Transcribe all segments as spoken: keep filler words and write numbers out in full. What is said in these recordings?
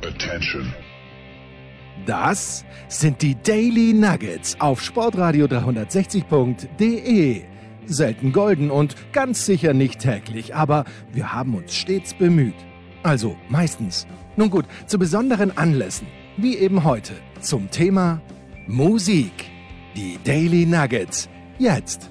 Attention. Das sind die Daily Nuggets auf sportradio dreihundertsechzig punkt de. Selten golden und ganz sicher nicht täglich, aber wir haben uns stets bemüht. Also meistens. Nun gut, zu besonderen Anlässen, wie eben heute, zum Thema Musik. Die Daily Nuggets, jetzt.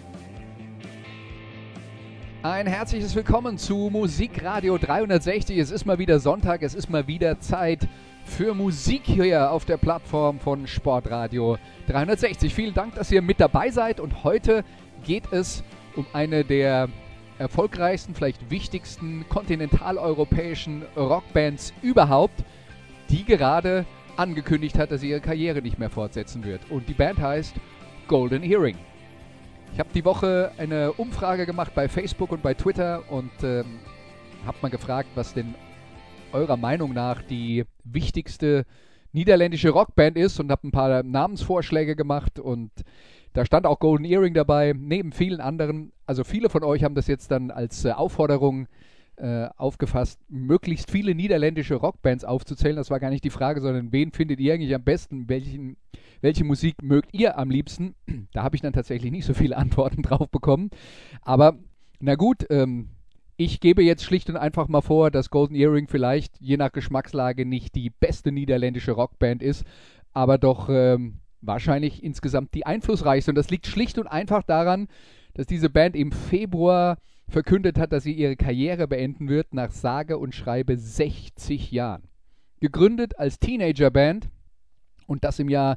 Ein herzliches Willkommen zu Musikradio dreihundertsechzig. Es ist mal wieder Sonntag, es ist mal wieder Zeit für Musik hier auf der Plattform von Sportradio dreihundertsechzig. Vielen Dank, dass ihr mit dabei seid, und heute geht es um eine der erfolgreichsten, vielleicht wichtigsten kontinentaleuropäischen Rockbands überhaupt, die gerade angekündigt hat, dass sie ihre Karriere nicht mehr fortsetzen wird. Und die Band heißt Golden Earring. Ich habe die Woche eine Umfrage gemacht bei Facebook und bei Twitter und ähm, habe mal gefragt, was denn eurer Meinung nach die wichtigste niederländische Rockband ist, und habe ein paar Namensvorschläge gemacht, und da stand auch Golden Earring dabei, neben vielen anderen. Also viele von euch haben das jetzt dann als äh, Aufforderung äh, aufgefasst, möglichst viele niederländische Rockbands aufzuzählen. Das war gar nicht die Frage, sondern wen findet ihr eigentlich am besten, welchen, welche Musik mögt ihr am liebsten? Da habe ich dann tatsächlich nicht so viele Antworten drauf bekommen. Aber na gut, ähm, ich gebe jetzt schlicht und einfach mal vor, dass Golden Earring vielleicht je nach Geschmackslage nicht die beste niederländische Rockband ist, aber doch ähm, wahrscheinlich insgesamt die einflussreichste. Und das liegt schlicht und einfach daran, dass diese Band im Februar verkündet hat, dass sie ihre Karriere beenden wird nach sage und schreibe sechzig Jahren. Gegründet als Teenagerband, und das im Jahr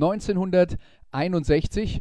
neunzehnhunderteinundsechzig,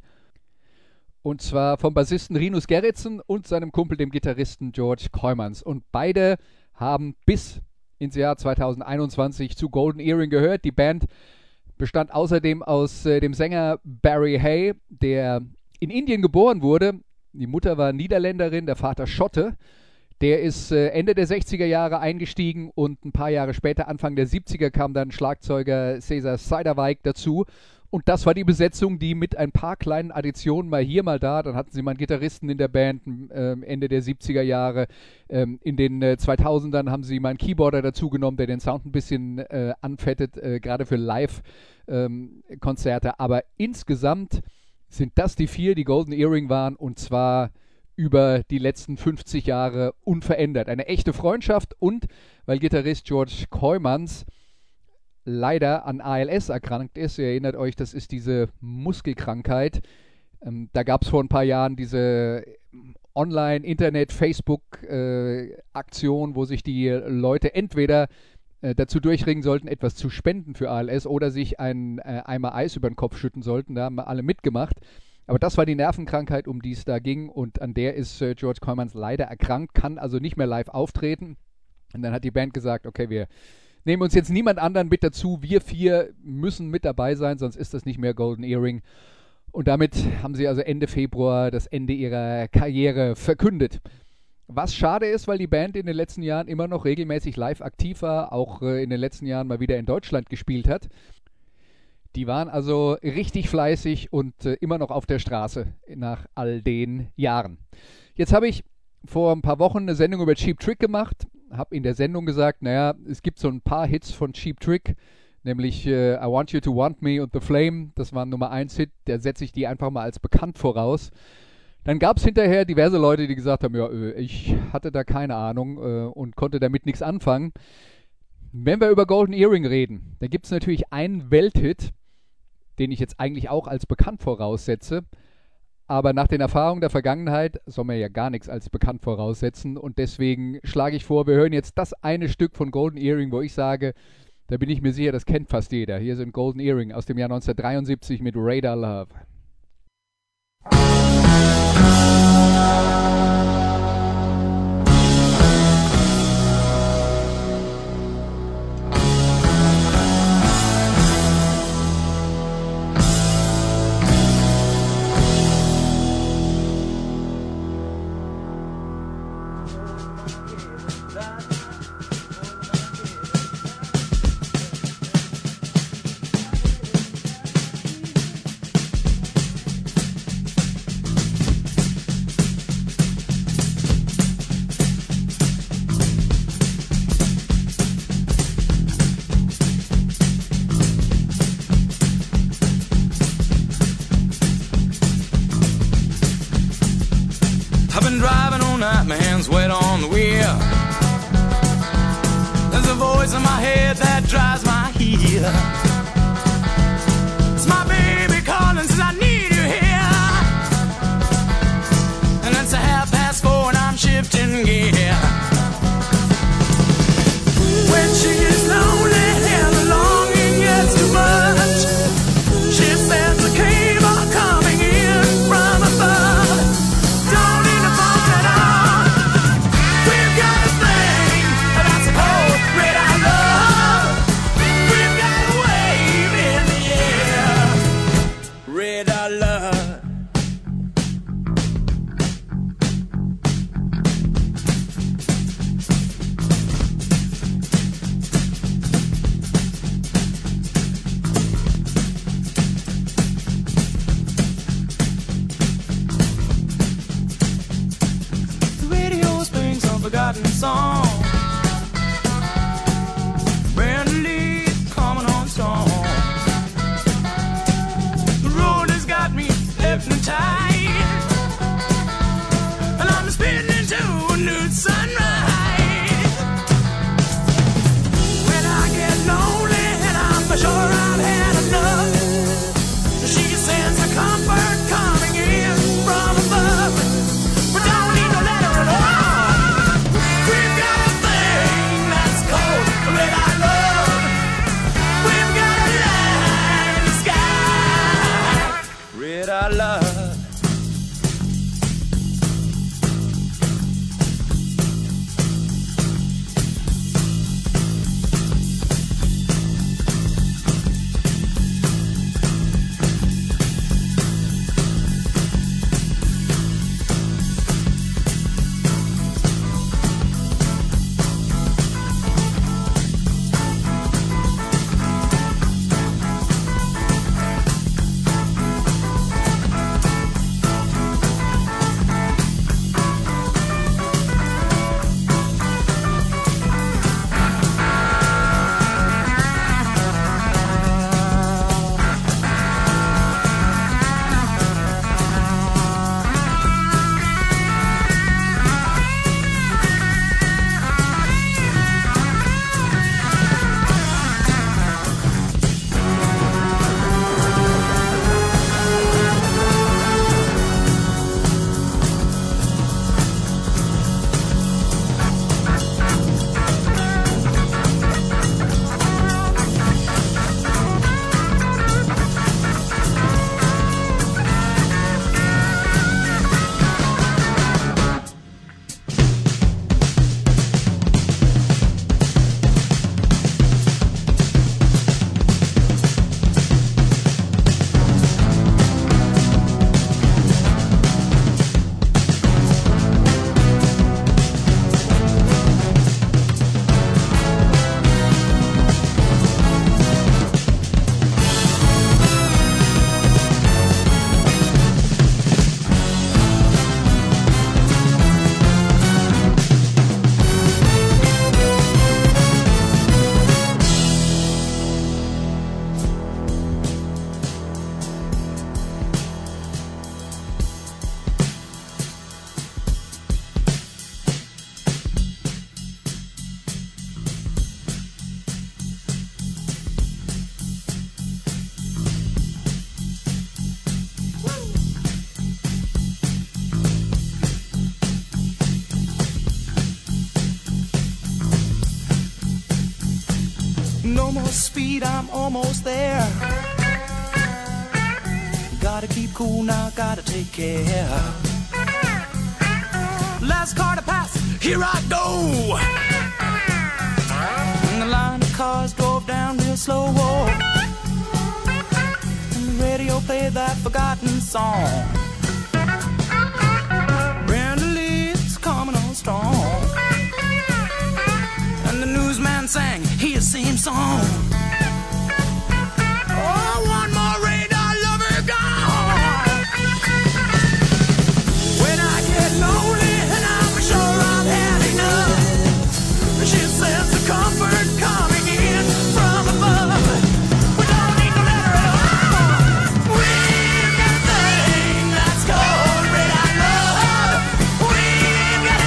und zwar vom Bassisten Rinus Gerritsen und seinem Kumpel, dem Gitarristen George Kooijmans. Und beide haben bis ins Jahr zweitausendeinundzwanzig zu Golden Earring gehört. Die Band bestand außerdem aus äh, dem Sänger Barry Hay, der in Indien geboren wurde. Die Mutter war Niederländerin, der Vater Schotte. Der ist äh, Ende der sechziger Jahre eingestiegen, und ein paar Jahre später, Anfang der siebziger, kam dann Schlagzeuger César Zuiderwijk dazu. Und das war die Besetzung, die mit ein paar kleinen Additionen, mal hier, mal da, dann hatten sie mal einen Gitarristen in der Band, äh, Ende der siebziger Jahre. Ähm, in den äh, zweitausendern haben sie mal einen Keyboarder dazu genommen, der den Sound ein bisschen äh, anfettet, äh, gerade für Live-Konzerte. Ähm, Aber insgesamt sind das die vier, die Golden Earring waren, und zwar über die letzten fünfzig Jahre unverändert. Eine echte Freundschaft, und weil Gitarrist George Kooijmans leider an A L S erkrankt ist. Ihr erinnert euch, das ist diese Muskelkrankheit. Ähm, da gab es vor ein paar Jahren diese Online-, Internet-, Facebook-Aktion, äh, wo sich die Leute entweder äh, dazu durchringen sollten, etwas zu spenden für A L S, oder sich einen äh, Eimer Eis über den Kopf schütten sollten. Da haben alle mitgemacht. Aber das war die Nervenkrankheit, um die es da ging, und an der ist äh, George Kooijmans leider erkrankt, kann also nicht mehr live auftreten. Und dann hat die Band gesagt, okay, wir nehmen uns jetzt niemand anderen mit dazu, wir vier müssen mit dabei sein, sonst ist das nicht mehr Golden Earring. Und damit haben sie also Ende Februar das Ende ihrer Karriere verkündet. Was schade ist, weil die Band in den letzten Jahren immer noch regelmäßig live aktiv war, auch äh, in den letzten Jahren mal wieder in Deutschland gespielt hat. Die waren also richtig fleißig und äh, immer noch auf der Straße nach all den Jahren. Jetzt habe ich vor ein paar Wochen eine Sendung über Cheap Trick gemacht, habe in der Sendung gesagt, naja, es gibt so ein paar Hits von Cheap Trick, nämlich äh, I Want You to Want Me und The Flame, das war ein Nummer eins Hit, da setze ich die einfach mal als bekannt voraus. Dann gab es hinterher diverse Leute, die gesagt haben, ja, ich hatte da keine Ahnung äh, und konnte damit nichts anfangen. Wenn wir über Golden Earring reden, dann gibt es natürlich einen Welthit, den ich jetzt eigentlich auch als bekannt voraussetze. Aber nach den Erfahrungen der Vergangenheit soll man ja gar nichts als bekannt voraussetzen. Und deswegen schlage ich vor, wir hören jetzt das eine Stück von Golden Earring, wo ich sage, da bin ich mir sicher, das kennt fast jeder. Hier sind Golden Earring aus dem Jahr neunzehnhundertdreiundsiebzig mit Radar Love. night, my hands wet on the wheel. There's a voice in my head that drives my heel. It's my baby calling, says I need you here. And it's a half past four and I'm shifting gear. When she's lonely and the longing gets too much, she says the cable coming in from above. Don't need to bump it on. We've got a thing that's a cold red eye love. We've got a wave in the air. Red eye love. Forgotten song. Brand new leaf coming on strong. The road has got me hypnotized, and I'm spinning to a new sunrise. When I get lonely and I'm sure I've had enough, she sends a comfort coming in from above. But don't need no letter at all. I love. No more speed, I'm almost there. Gotta keep cool now, gotta take care. Last car to pass, here I go. And the line of cars drove down real slow. And the radio played that forgotten song. Brenda Lee's coming on strong. And the newsman sang his same song. Oh, one more radar lover gone. When I get lonely and I'm sure I've had enough, she says the comfort coming in from above. We don't need no letter at all. We've got a thing that's called red-eye love. We've got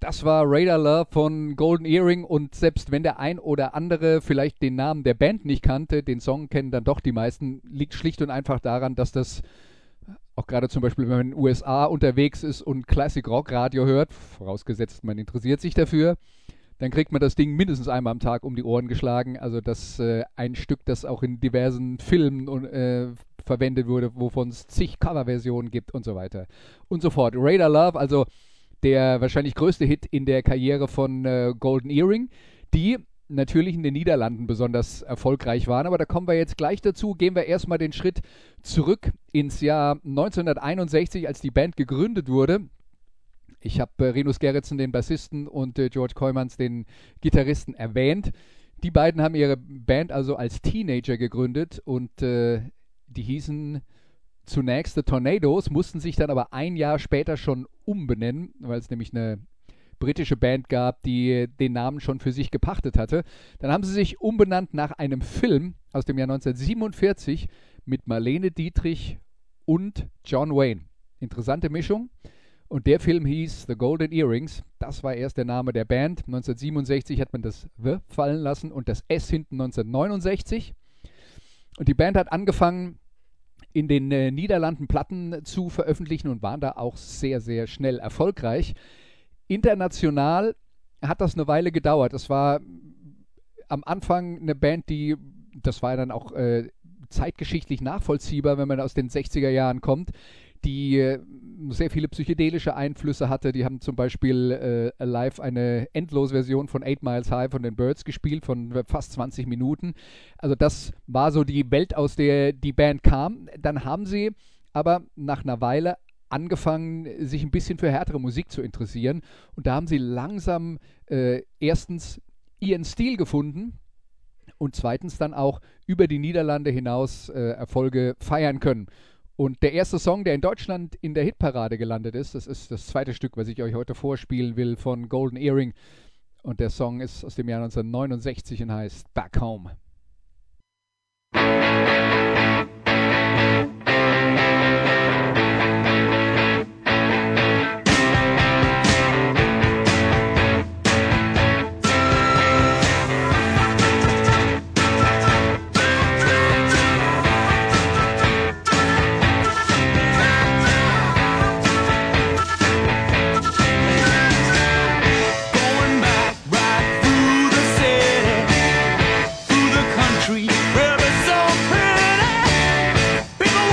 Das war Radar Love von Golden Earring und selbst wenn der ein oder andere vielleicht den Namen der Band nicht kannte, den Song kennen dann doch die meisten, liegt schlicht und einfach daran, dass das auch gerade zum Beispiel, wenn man in den U S A unterwegs ist und Classic Rock Radio hört, vorausgesetzt man interessiert sich dafür, dann kriegt man das Ding mindestens einmal am Tag um die Ohren geschlagen. Also das äh, ein Stück, das auch in diversen Filmen und, äh, verwendet wurde, wovon es zig Coverversionen gibt und so weiter und so fort. Radar Love, also der wahrscheinlich größte Hit in der Karriere von äh, Golden Earring, die natürlich in den Niederlanden besonders erfolgreich waren, aber da kommen wir jetzt gleich dazu. Gehen wir erstmal den Schritt zurück ins Jahr neunzehnhunderteinundsechzig, als die Band gegründet wurde. Ich habe äh, Rinus Gerritsen, den Bassisten, und äh, George Kooijmans, den Gitarristen, erwähnt. Die beiden haben ihre Band also als Teenager gegründet und äh, die hießen zunächst The Tornadoes, mussten sich dann aber ein Jahr später schon umbenennen, weil es nämlich eine britische Band gab, die den Namen schon für sich gepachtet hatte. Dann haben sie sich umbenannt nach einem Film aus dem Jahr neunzehnhundertsiebenundvierzig mit Marlene Dietrich und John Wayne. Interessante Mischung. Und der Film hieß The Golden Earrings. Das war erst der Name der Band. neunzehnhundertsiebenundsechzig hat man das The fallen lassen und das S hinten neunzehnhundertneunundsechzig. Und die Band hat angefangen, in den äh, Niederlanden Platten zu veröffentlichen und waren da auch sehr, sehr schnell erfolgreich. International hat das eine Weile gedauert. Das war am Anfang eine Band, die, das war dann auch äh, zeitgeschichtlich nachvollziehbar, wenn man aus den sechziger Jahren kommt, die äh, sehr viele psychedelische Einflüsse hatte. Die haben zum Beispiel äh, live eine Endlos-Version von Eight Miles High von den Byrds gespielt, von fast zwanzig Minuten. Also das war so die Welt, aus der die Band kam. Dann haben sie aber nach einer Weile angefangen, sich ein bisschen für härtere Musik zu interessieren. Und da haben sie langsam äh, erstens ihren Stil gefunden und zweitens dann auch über die Niederlande hinaus äh, Erfolge feiern können. Und der erste Song, der in Deutschland in der Hitparade gelandet ist, das ist das zweite Stück, was ich euch heute vorspielen will, von Golden Earring. Und der Song ist aus dem Jahr neunzehnhundertneunundsechzig und heißt Back Home. People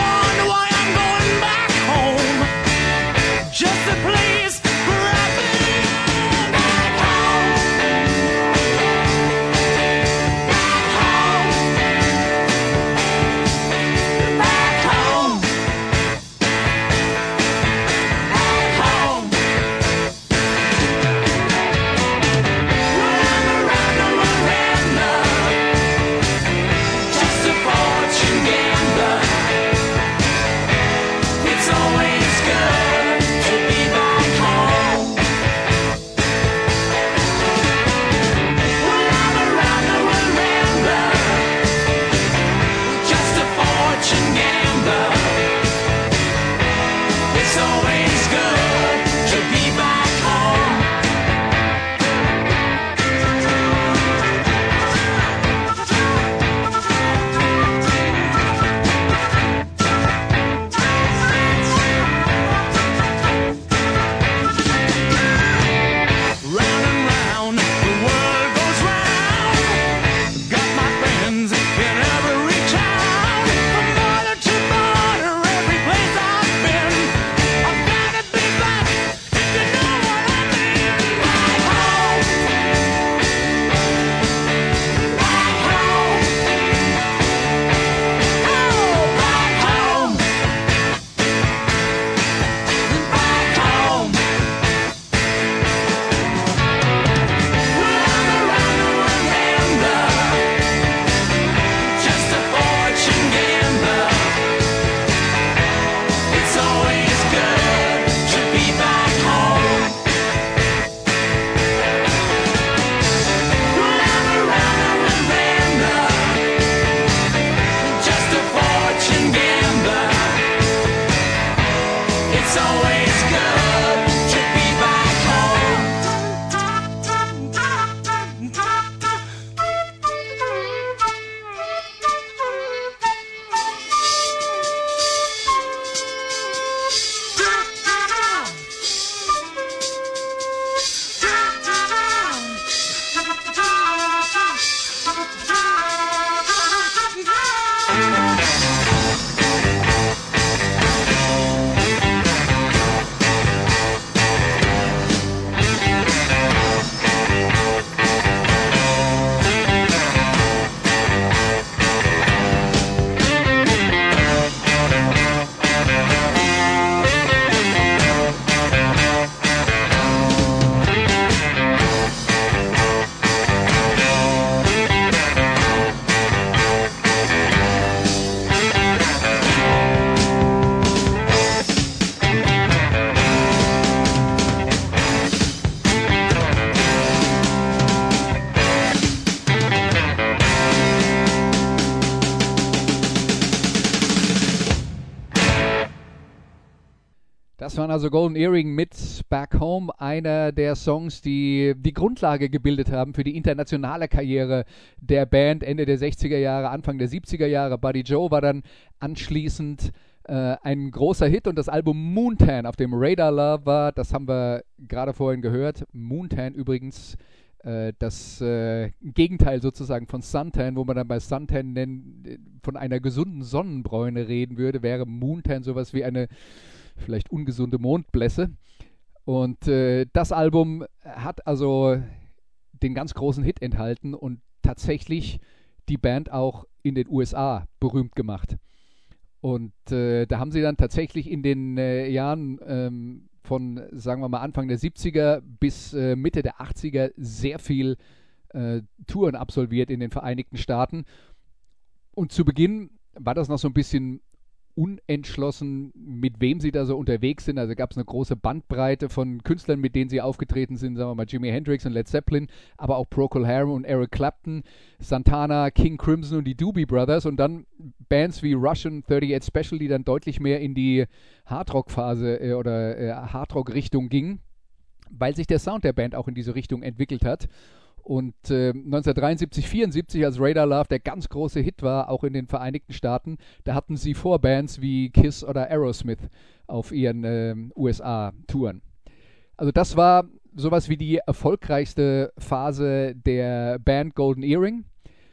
Das waren also Golden Earring mit Back Home, einer der Songs, die die Grundlage gebildet haben für die internationale Karriere der Band Ende der sechziger Jahre, Anfang der siebziger Jahre. Buddy Joe war dann anschließend äh, ein großer Hit und das Album Moontan, auf dem Radar Love war, das haben wir gerade vorhin gehört. Moontan übrigens äh, das äh, Gegenteil sozusagen von Suntan, wo man dann bei Suntan nennen, von einer gesunden Sonnenbräune reden würde, wäre Moontan sowas wie eine vielleicht ungesunde Mondblässe. Und äh, das Album hat also den ganz großen Hit enthalten und tatsächlich die Band auch in den U S A berühmt gemacht. Und äh, da haben sie dann tatsächlich in den äh, Jahren ähm, von, sagen wir mal, Anfang der siebziger bis äh, Mitte der achtziger sehr viel äh, Touren absolviert in den Vereinigten Staaten. Und zu Beginn war das noch so ein bisschen unentschlossen, mit wem sie da so unterwegs sind. Also gab es eine große Bandbreite von Künstlern, mit denen sie aufgetreten sind, sagen wir mal Jimi Hendrix und Led Zeppelin, aber auch Procol Harum und Eric Clapton, Santana, King Crimson und die Doobie Brothers und dann Bands wie Rush und thirty-eight Special, die dann deutlich mehr in die Hardrock-Phase äh, oder äh, Hardrock-Richtung gingen, weil sich der Sound der Band auch in diese Richtung entwickelt hat. Und äh, neunzehnhundertdreiundsiebzig, vierundsiebzig, als Radar Love der ganz große Hit war, auch in den Vereinigten Staaten, da hatten sie Vorbands wie Kiss oder Aerosmith auf ihren äh, U S A-Touren. Also das war sowas wie die erfolgreichste Phase der Band Golden Earring.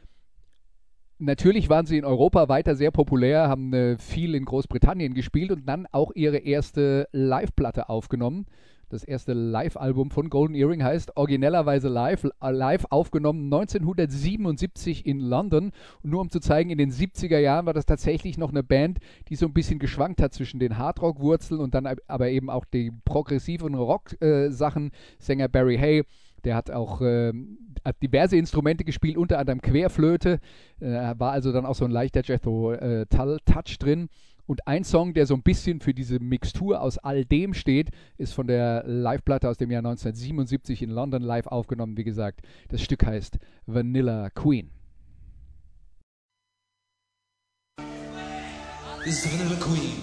Natürlich waren sie in Europa weiter sehr populär, haben äh, viel in Großbritannien gespielt und dann auch ihre erste Live-Platte aufgenommen. Das erste Live-Album von Golden Earring heißt originellerweise Live, live aufgenommen neunzehnhundertsiebenundsiebzig in London. Und nur um zu zeigen, in den siebziger Jahren war das tatsächlich noch eine Band, die so ein bisschen geschwankt hat zwischen den Hardrock-Wurzeln und dann aber eben auch die progressiven Rock-Sachen. Sänger Barry Hay, der hat auch äh, hat diverse Instrumente gespielt, unter anderem Querflöte. Äh, war also dann auch so ein leichter Jethro äh, Tull-Touch drin. Und ein Song, der so ein bisschen für diese Mixtur aus all dem steht, ist von der Live-Platte aus dem Jahr neunzehnhundertsiebenundsiebzig in London live aufgenommen. Wie gesagt, das Stück heißt Vanilla Queen. This is Vanilla Queen.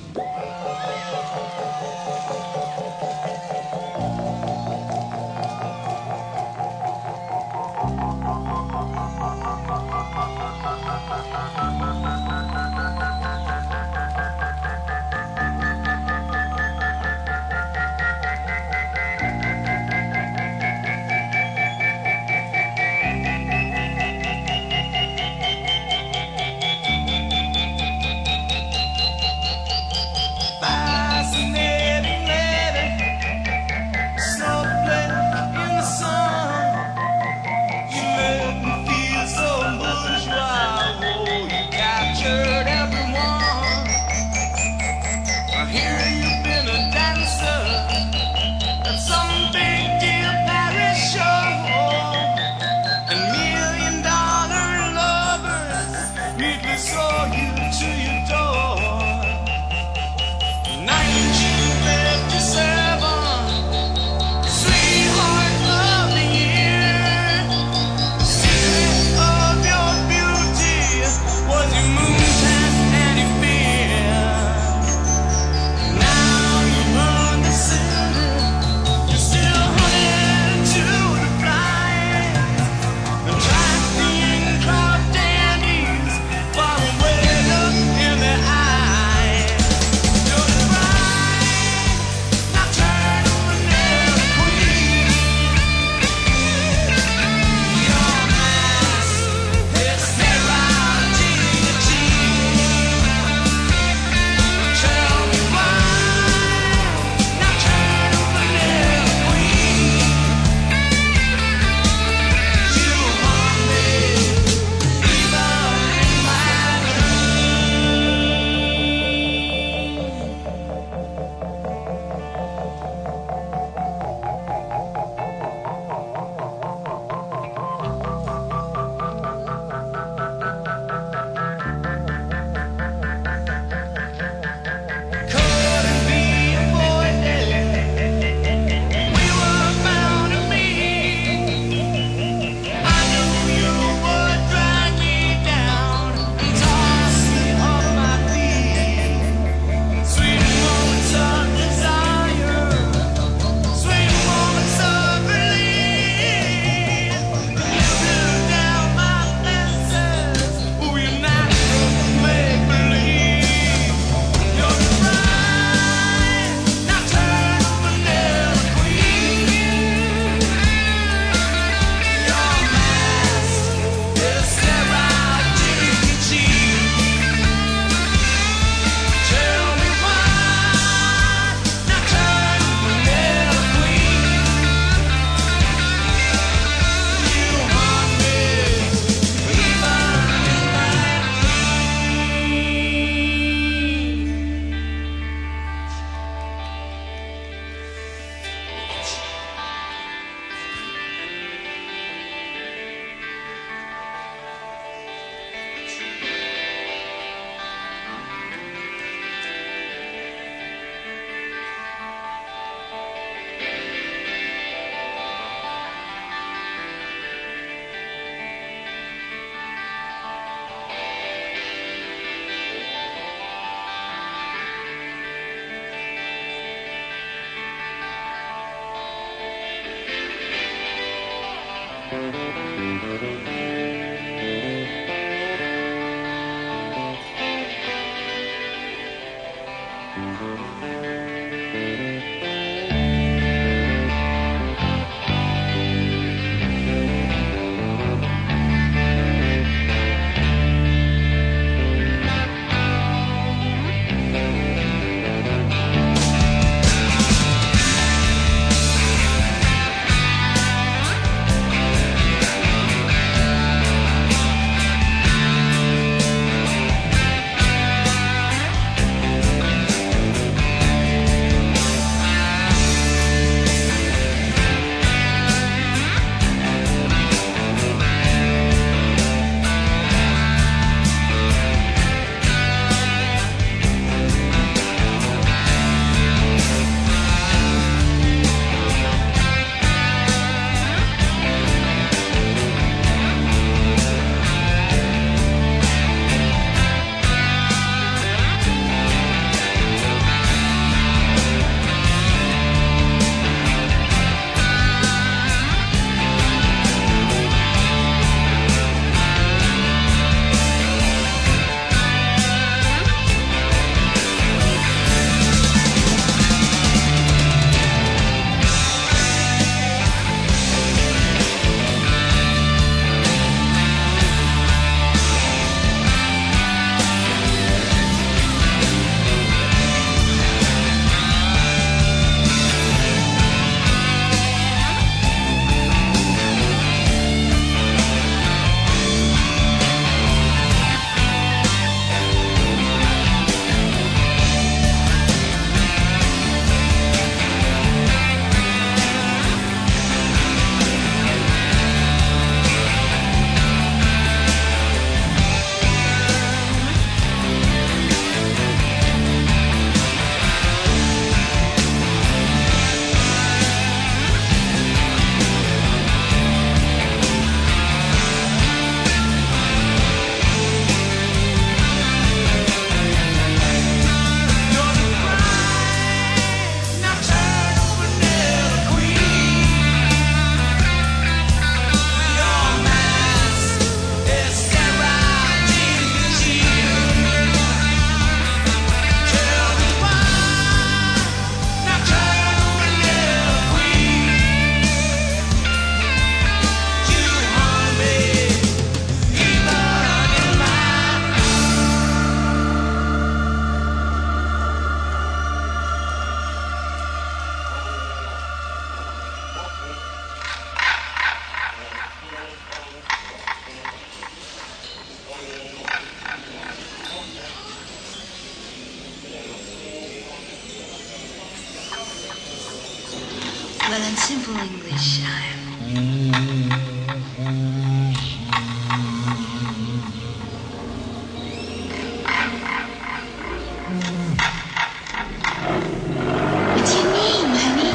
Well, in simple English, I'm... What's your name, honey?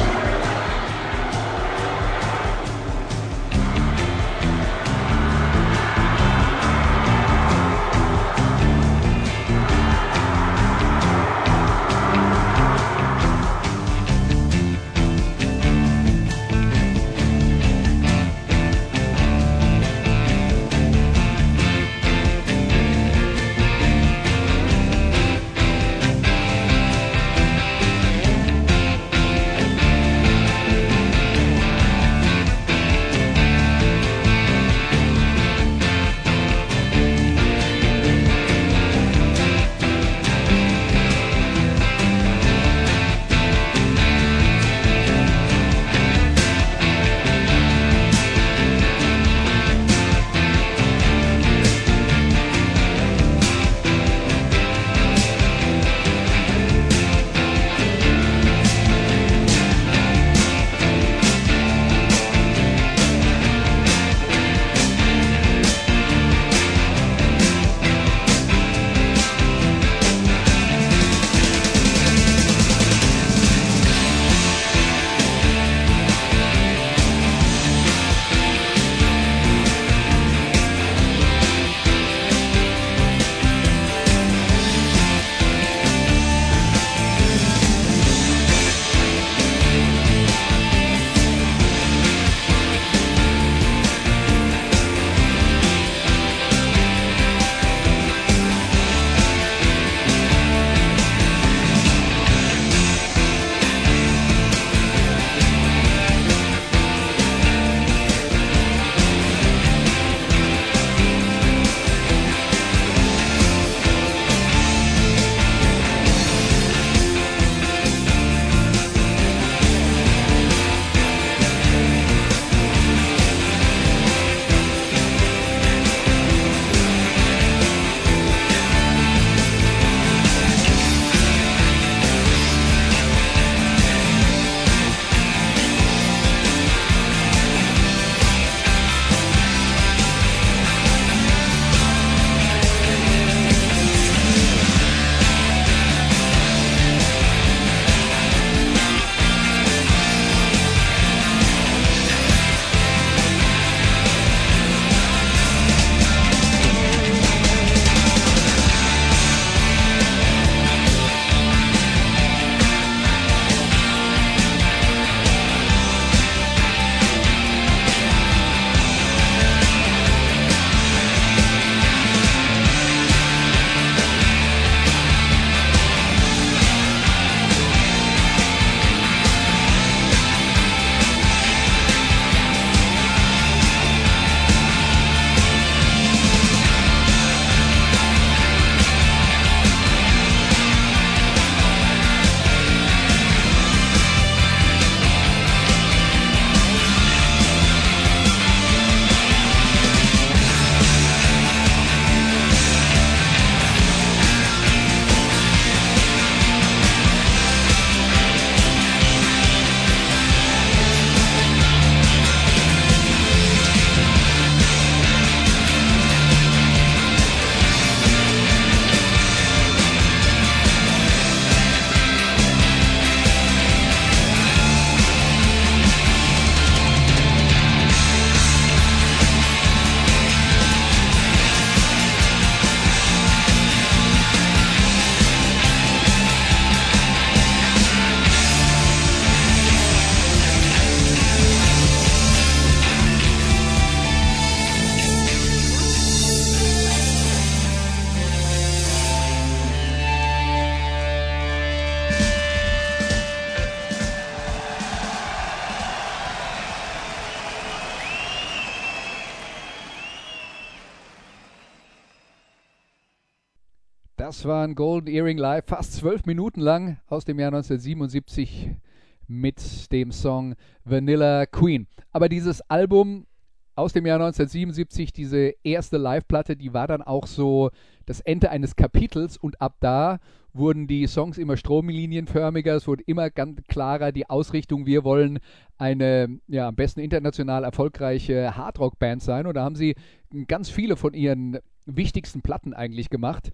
Das war ein Golden Earring Live, fast zwölf Minuten lang, aus dem Jahr neunzehnhundertsiebenundsiebzig mit dem Song Vanilla Queen. Aber dieses Album aus dem Jahr neunzehnhundertsiebenundsiebzig, diese erste Live-Platte, die war dann auch so das Ende eines Kapitels und ab da wurden die Songs immer stromlinienförmiger, es wurde immer ganz klarer die Ausrichtung, wir wollen eine, ja, am besten international erfolgreiche Hardrock-Band sein und da haben sie ganz viele von ihren wichtigsten Platten eigentlich gemacht.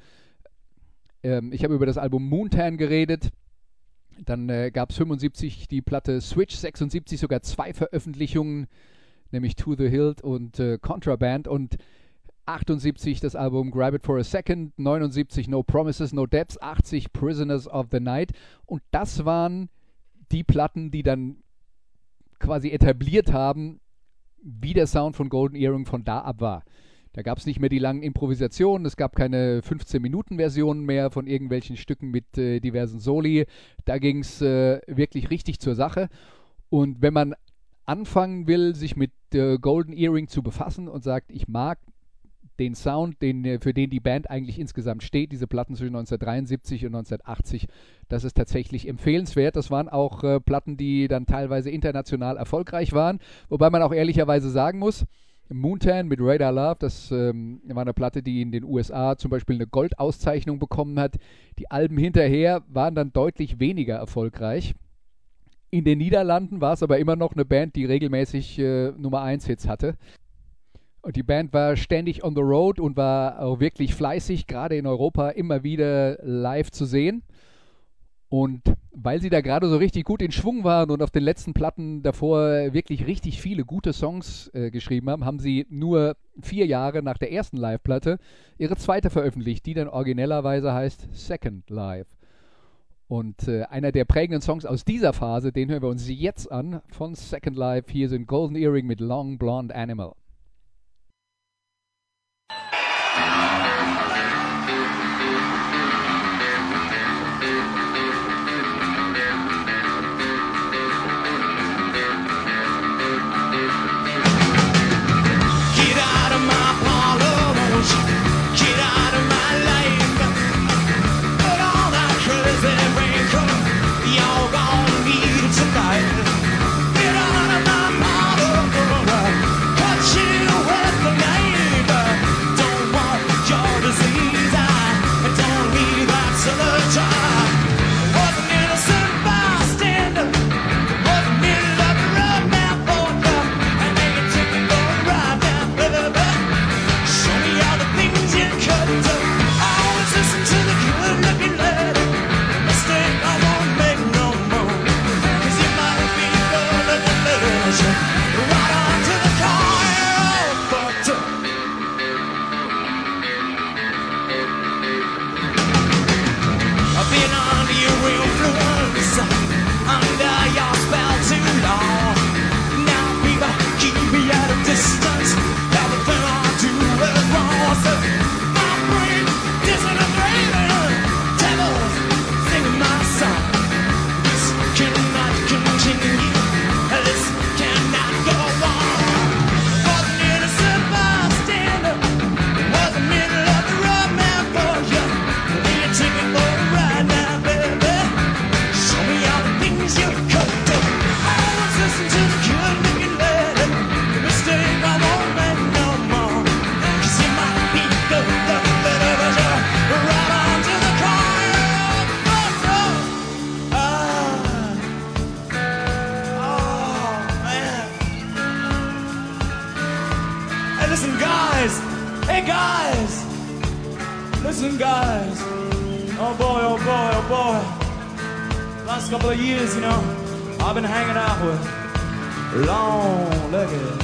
Ähm, ich habe über das Album Moontan geredet, dann äh, gab es fünfundsiebzig die Platte Switch, sechsundsiebzig sogar zwei Veröffentlichungen, nämlich To the Hilt und äh, Contraband und achtundsiebzig das Album Grab It for a Second, neunundsiebzig No Promises, No Debts, achtzig Prisoners of the Night und das waren die Platten, die dann quasi etabliert haben, wie der Sound von Golden Earring von da ab war. Da gab es nicht mehr die langen Improvisationen, es gab keine fünfzehn-Minuten-Versionen mehr von irgendwelchen Stücken mit äh, diversen Soli. Da ging es äh, wirklich richtig zur Sache. Und wenn man anfangen will, sich mit äh, Golden Earring zu befassen und sagt, ich mag den Sound, den, für den die Band eigentlich insgesamt steht, diese Platten zwischen neunzehnhundertdreiundsiebzig und neunzehnhundertachtzig, das ist tatsächlich empfehlenswert. Das waren auch äh, Platten, die dann teilweise international erfolgreich waren, wobei man auch ehrlicherweise sagen muss, Moontan mit Radar Love, das ähm, war eine Platte, die in den U S A zum Beispiel eine Goldauszeichnung bekommen hat. Die Alben hinterher waren dann deutlich weniger erfolgreich. In den Niederlanden war es aber immer noch eine Band, die regelmäßig äh, Nummer eins Hits hatte. Und die Band war ständig on the road und war auch wirklich fleißig, gerade in Europa immer wieder live zu sehen. Und weil sie da gerade so richtig gut in Schwung waren und auf den letzten Platten davor wirklich richtig viele gute Songs äh, geschrieben haben, haben sie nur vier Jahre nach der ersten Live-Platte ihre zweite veröffentlicht, die dann originellerweise heißt Second Live. Und äh, einer der prägenden Songs aus dieser Phase, den hören wir uns jetzt an von Second Live. Hier sind Golden Earring mit Long Blonde Animal. Listen, guys. Oh boy, oh boy, oh boy. Last couple of years, you know, I've been hanging out with long-legged,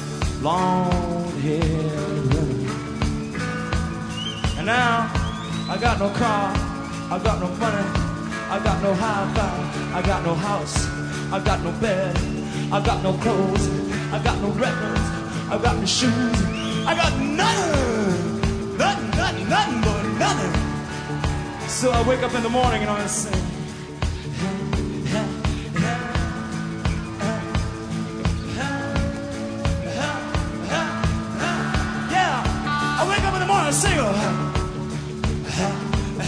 long-haired women. And now I got no car, I got no money, I got no hi-fi, I got no house, I got no bed, I got no clothes, I got no records, I got no shoes, I got nothing, nothing, nothing, nothing but nothing. So I wake up in the morning and I say, yeah, I wake up in the morning and sing,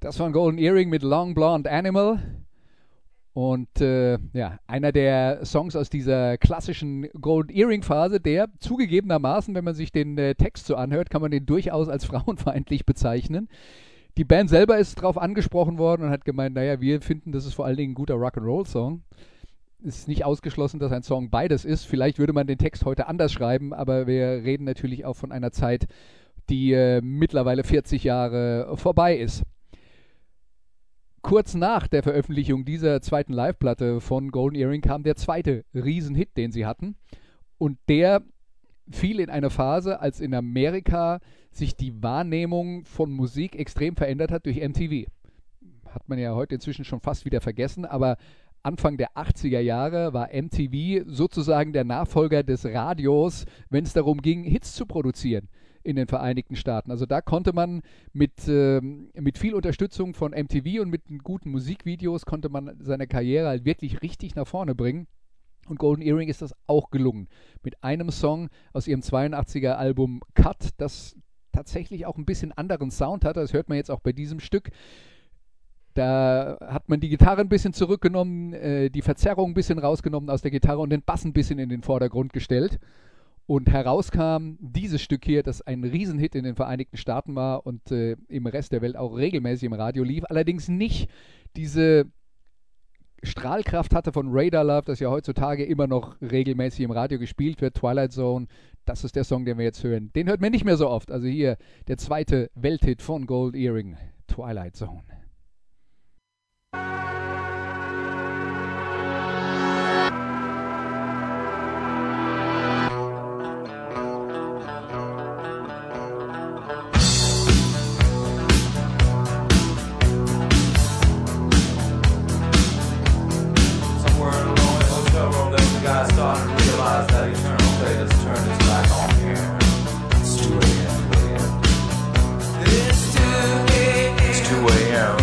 Das war ein Golden Earring mit Long Blonde Animal. Und äh, ja, einer der Songs aus dieser klassischen Golden Earring Phase, der zugegebenermaßen, wenn man sich den äh, Text so anhört, kann man den durchaus als frauenfeindlich bezeichnen. Die Band selber ist darauf angesprochen worden und hat gemeint, naja, wir finden, das ist vor allen Dingen ein guter Rock'n'Roll-Song. Ist nicht ausgeschlossen, dass ein Song beides ist. Vielleicht würde man den Text heute anders schreiben, aber wir reden natürlich auch von einer Zeit, die äh, mittlerweile vierzig Jahre vorbei ist. Kurz nach der Veröffentlichung dieser zweiten Live-Platte von Golden Earring kam der zweite Riesenhit, den sie hatten. Und der fiel in eine Phase, als in Amerika sich die Wahrnehmung von Musik extrem verändert hat durch M T V. Hat man ja heute inzwischen schon fast wieder vergessen, aber Anfang der achtziger Jahre war M T V sozusagen der Nachfolger des Radios, wenn es darum ging, Hits zu produzieren in den Vereinigten Staaten. Also da konnte man mit, ähm, mit viel Unterstützung von M T V und mit guten Musikvideos konnte man seine Karriere halt wirklich richtig nach vorne bringen. Und Golden Earring ist das auch gelungen. Mit einem Song aus ihrem zweiundachtziger Album Cut, das tatsächlich auch ein bisschen anderen Sound hatte. Das hört man jetzt auch bei diesem Stück. Da hat man die Gitarre ein bisschen zurückgenommen, äh, die Verzerrung ein bisschen rausgenommen aus der Gitarre und den Bass ein bisschen in den Vordergrund gestellt. Und herauskam dieses Stück hier, das ein Riesenhit in den Vereinigten Staaten war und äh, im Rest der Welt auch regelmäßig im Radio lief. Allerdings nicht diese Strahlkraft hatte von Radar Love, das ja heutzutage immer noch regelmäßig im Radio gespielt wird. Twilight Zone, das ist der Song, den wir jetzt hören. Den hört man nicht mehr so oft. Also hier der zweite Welthit von Golden Earring, Twilight Zone. I started to realize that eternal fate has turned its back on here. It's two a.m. It's two a.m. It's two a.m.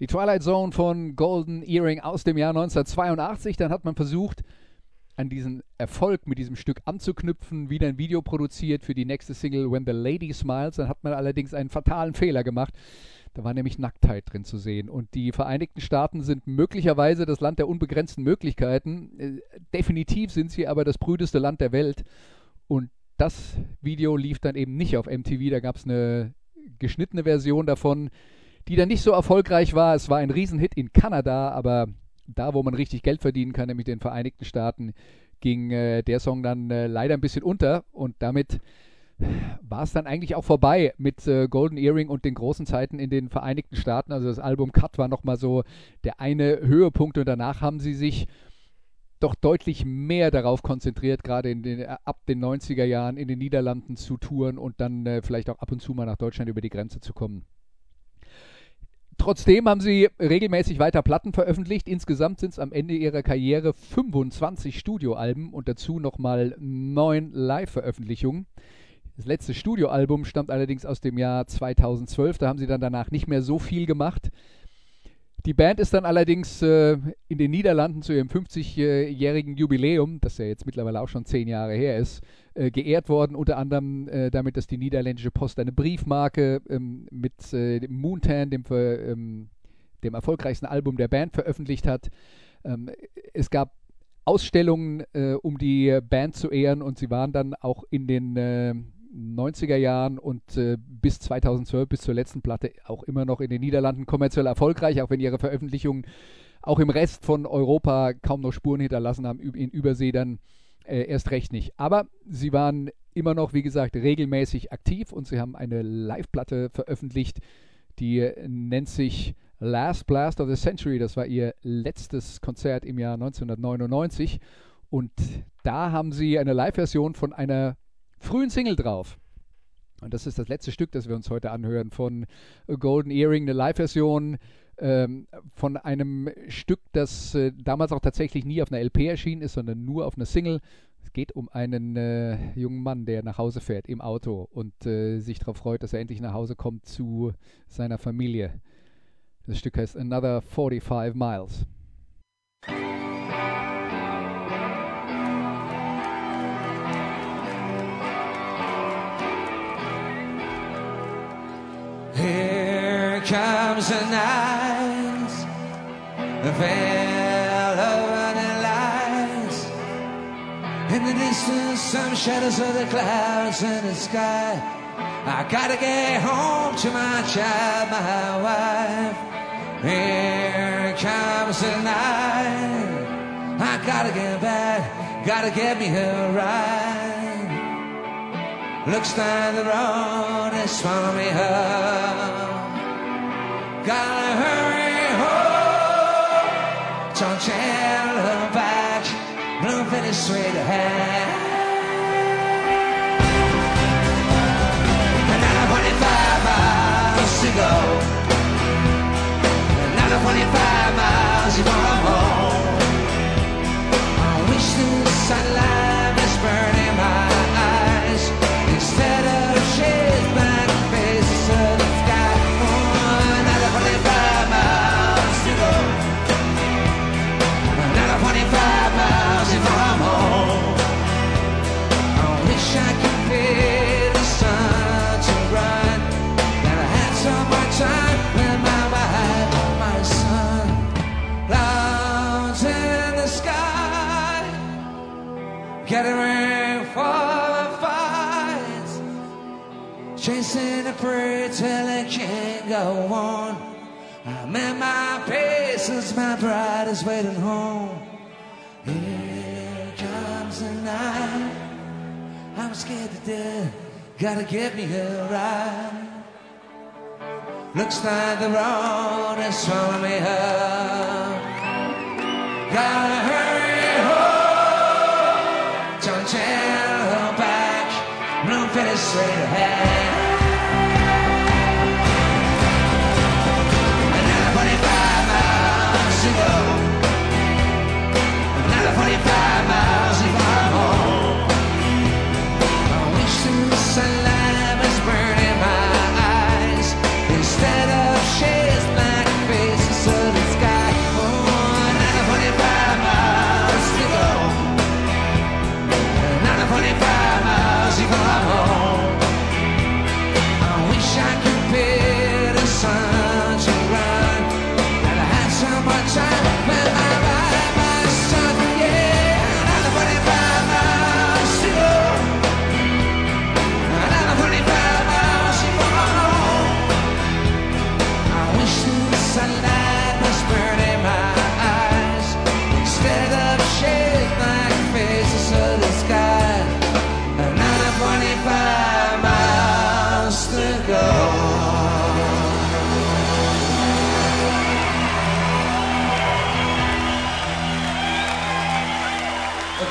Die Twilight Zone von Golden Earring aus dem Jahr neunzehnhundertzweiundachtzig. Dann hat man versucht, an diesen Erfolg mit diesem Stück anzuknüpfen, wieder ein Video produziert für die nächste Single When the Lady Smiles. Dann hat man allerdings einen fatalen Fehler gemacht. Da war nämlich Nacktheit drin zu sehen. Und die Vereinigten Staaten sind möglicherweise das Land der unbegrenzten Möglichkeiten. Äh, definitiv sind sie aber das prüdeste Land der Welt. Und das Video lief dann eben nicht auf M T V. Da gab es eine geschnittene Version davon, die dann nicht so erfolgreich war. Es war ein Riesenhit in Kanada, aber da, wo man richtig Geld verdienen kann, nämlich den Vereinigten Staaten, ging äh, der Song dann äh, leider ein bisschen unter. Und damit war es dann eigentlich auch vorbei mit äh, Golden Earring und den großen Zeiten in den Vereinigten Staaten. Also das Album Cut war nochmal so der eine Höhepunkt und danach haben sie sich doch deutlich mehr darauf konzentriert, gerade in den, äh, ab den neunziger Jahren in den Niederlanden zu touren und dann äh, vielleicht auch ab und zu mal nach Deutschland über die Grenze zu kommen. Trotzdem haben sie regelmäßig weiter Platten veröffentlicht. Insgesamt sind es am Ende ihrer Karriere fünfundzwanzig Studioalben und dazu nochmal neun Live-Veröffentlichungen. Das letzte Studioalbum stammt allerdings aus dem Jahr zweitausendzwölf. Da haben sie dann danach nicht mehr so viel gemacht. Die Band ist dann allerdings äh, in den Niederlanden zu ihrem fünfzigjährigen Jubiläum, das ja jetzt mittlerweile auch schon zehn Jahre her ist, äh, geehrt worden. Unter anderem äh, damit, dass die niederländische Post eine Briefmarke ähm, mit äh, dem Moontan, dem, ähm, dem erfolgreichsten Album der Band, veröffentlicht hat. Ähm, es gab Ausstellungen, äh, um die Band zu ehren und sie waren dann auch in den äh, neunziger Jahren und äh, bis zweitausendzwölf, bis zur letzten Platte, auch immer noch in den Niederlanden kommerziell erfolgreich, auch wenn ihre Veröffentlichungen auch im Rest von Europa kaum noch Spuren hinterlassen haben, in Übersee dann äh, erst recht nicht. Aber sie waren immer noch, wie gesagt, regelmäßig aktiv und sie haben eine Live-Platte veröffentlicht, die äh, nennt sich Last Blast of the Century. Das war ihr letztes Konzert im Jahr neunzehnhundertneunundneunzig und da haben sie eine Live-Version von einer frühen Single drauf. Und das ist das letzte Stück, das wir uns heute anhören von Golden Earring, eine Live-Version ähm, von einem Stück, das äh, damals auch tatsächlich nie auf einer L P erschienen ist, sondern nur auf einer Single. Es geht um einen äh, jungen Mann, der nach Hause fährt im Auto und äh, sich darauf freut, dass er endlich nach Hause kommt zu seiner Familie. Das Stück heißt Another forty-five Miles. Here comes the night, the veil of running lights. In the distance, some shadows of the clouds in the sky. I gotta get home to my child, my wife. Here comes the night, I gotta get back, gotta get me a ride. Looks down the road and swallow me up. Gotta hurry home, don't you look back, blue finish straight ahead. Another twenty-five miles to go, another twenty-five miles before I'm home. I wish the sunlight was burning my eyes instead of shades back faces of the sky. Oh, another twenty-five miles to go, another twenty-five miles before I'm home. I wish I could feel the sun to run, that I had some more time with my wife, my son. Clouds in the sky, getting ready for the fight, chasing the prey till it can't go on. I'm at my pace as my bride is waiting home. Here comes the night, I'm scared to death, gotta get me a ride. Looks like the road is swallowing me up. Gotta hurry home, don't you look back, blue finish straight ahead. Another twenty-five miles to go, another twenty-five miles before I'm home. I wish the sunlight was burning my eyes instead of shades black faces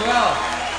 Well,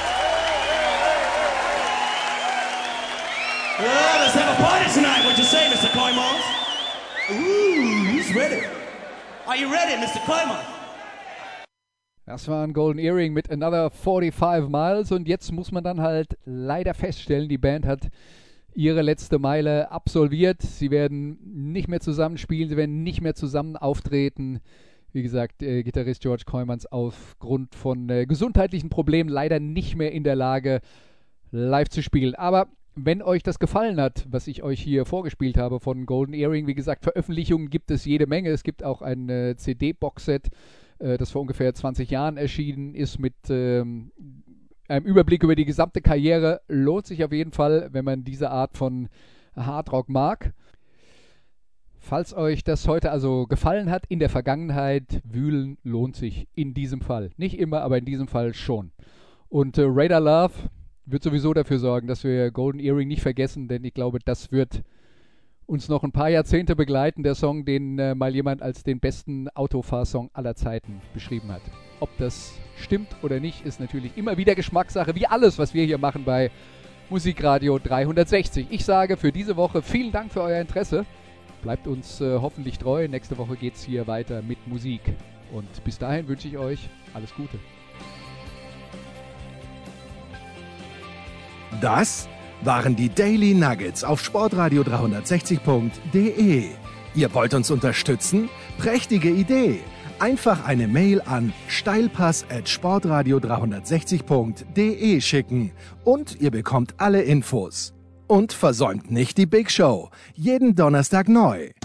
uh, let's have a party tonight. What you say, Mister Koymans? Ooh, he's ready. Are you ready, Mister Koymans? Das war ein Golden Earring mit Another forty-five Miles und jetzt muss man dann halt leider feststellen, die Band hat ihre letzte Meile absolviert. Sie werden nicht mehr zusammenspielen, sie werden nicht mehr zusammen auftreten. Wie gesagt, äh, Gitarrist George Koymans aufgrund von äh, gesundheitlichen Problemen leider nicht mehr in der Lage, live zu spielen. Aber wenn euch das gefallen hat, was ich euch hier vorgespielt habe von Golden Earring, wie gesagt, Veröffentlichungen gibt es jede Menge. Es gibt auch ein äh, C D-Boxset, äh, das vor ungefähr zwanzig Jahren erschienen ist, mit ähm, einem Überblick über die gesamte Karriere. Lohnt sich auf jeden Fall, wenn man diese Art von Hardrock mag. Falls euch das heute also gefallen hat, in der Vergangenheit, wühlen lohnt sich in diesem Fall. Nicht immer, aber in diesem Fall schon. Und äh, Radar Love wird sowieso dafür sorgen, dass wir Golden Earring nicht vergessen, denn ich glaube, das wird uns noch ein paar Jahrzehnte begleiten, der Song, den äh, mal jemand als den besten Autofahrsong aller Zeiten beschrieben hat. Ob das stimmt oder nicht, ist natürlich immer wieder Geschmackssache, wie alles, was wir hier machen bei Musikradio dreihundertsechzig. Ich sage für diese Woche vielen Dank für euer Interesse. Bleibt uns äh, hoffentlich treu. Nächste Woche geht es hier weiter mit Musik. Und bis dahin wünsche ich euch alles Gute. Das waren die Daily Nuggets auf sportradio dreihundertsechzig punkt de. Ihr wollt uns unterstützen? Prächtige Idee! Einfach eine Mail an steilpass at sportradio dreihundertsechzig punkt de schicken und ihr bekommt alle Infos. Und versäumt nicht die Big Show. Jeden Donnerstag neu.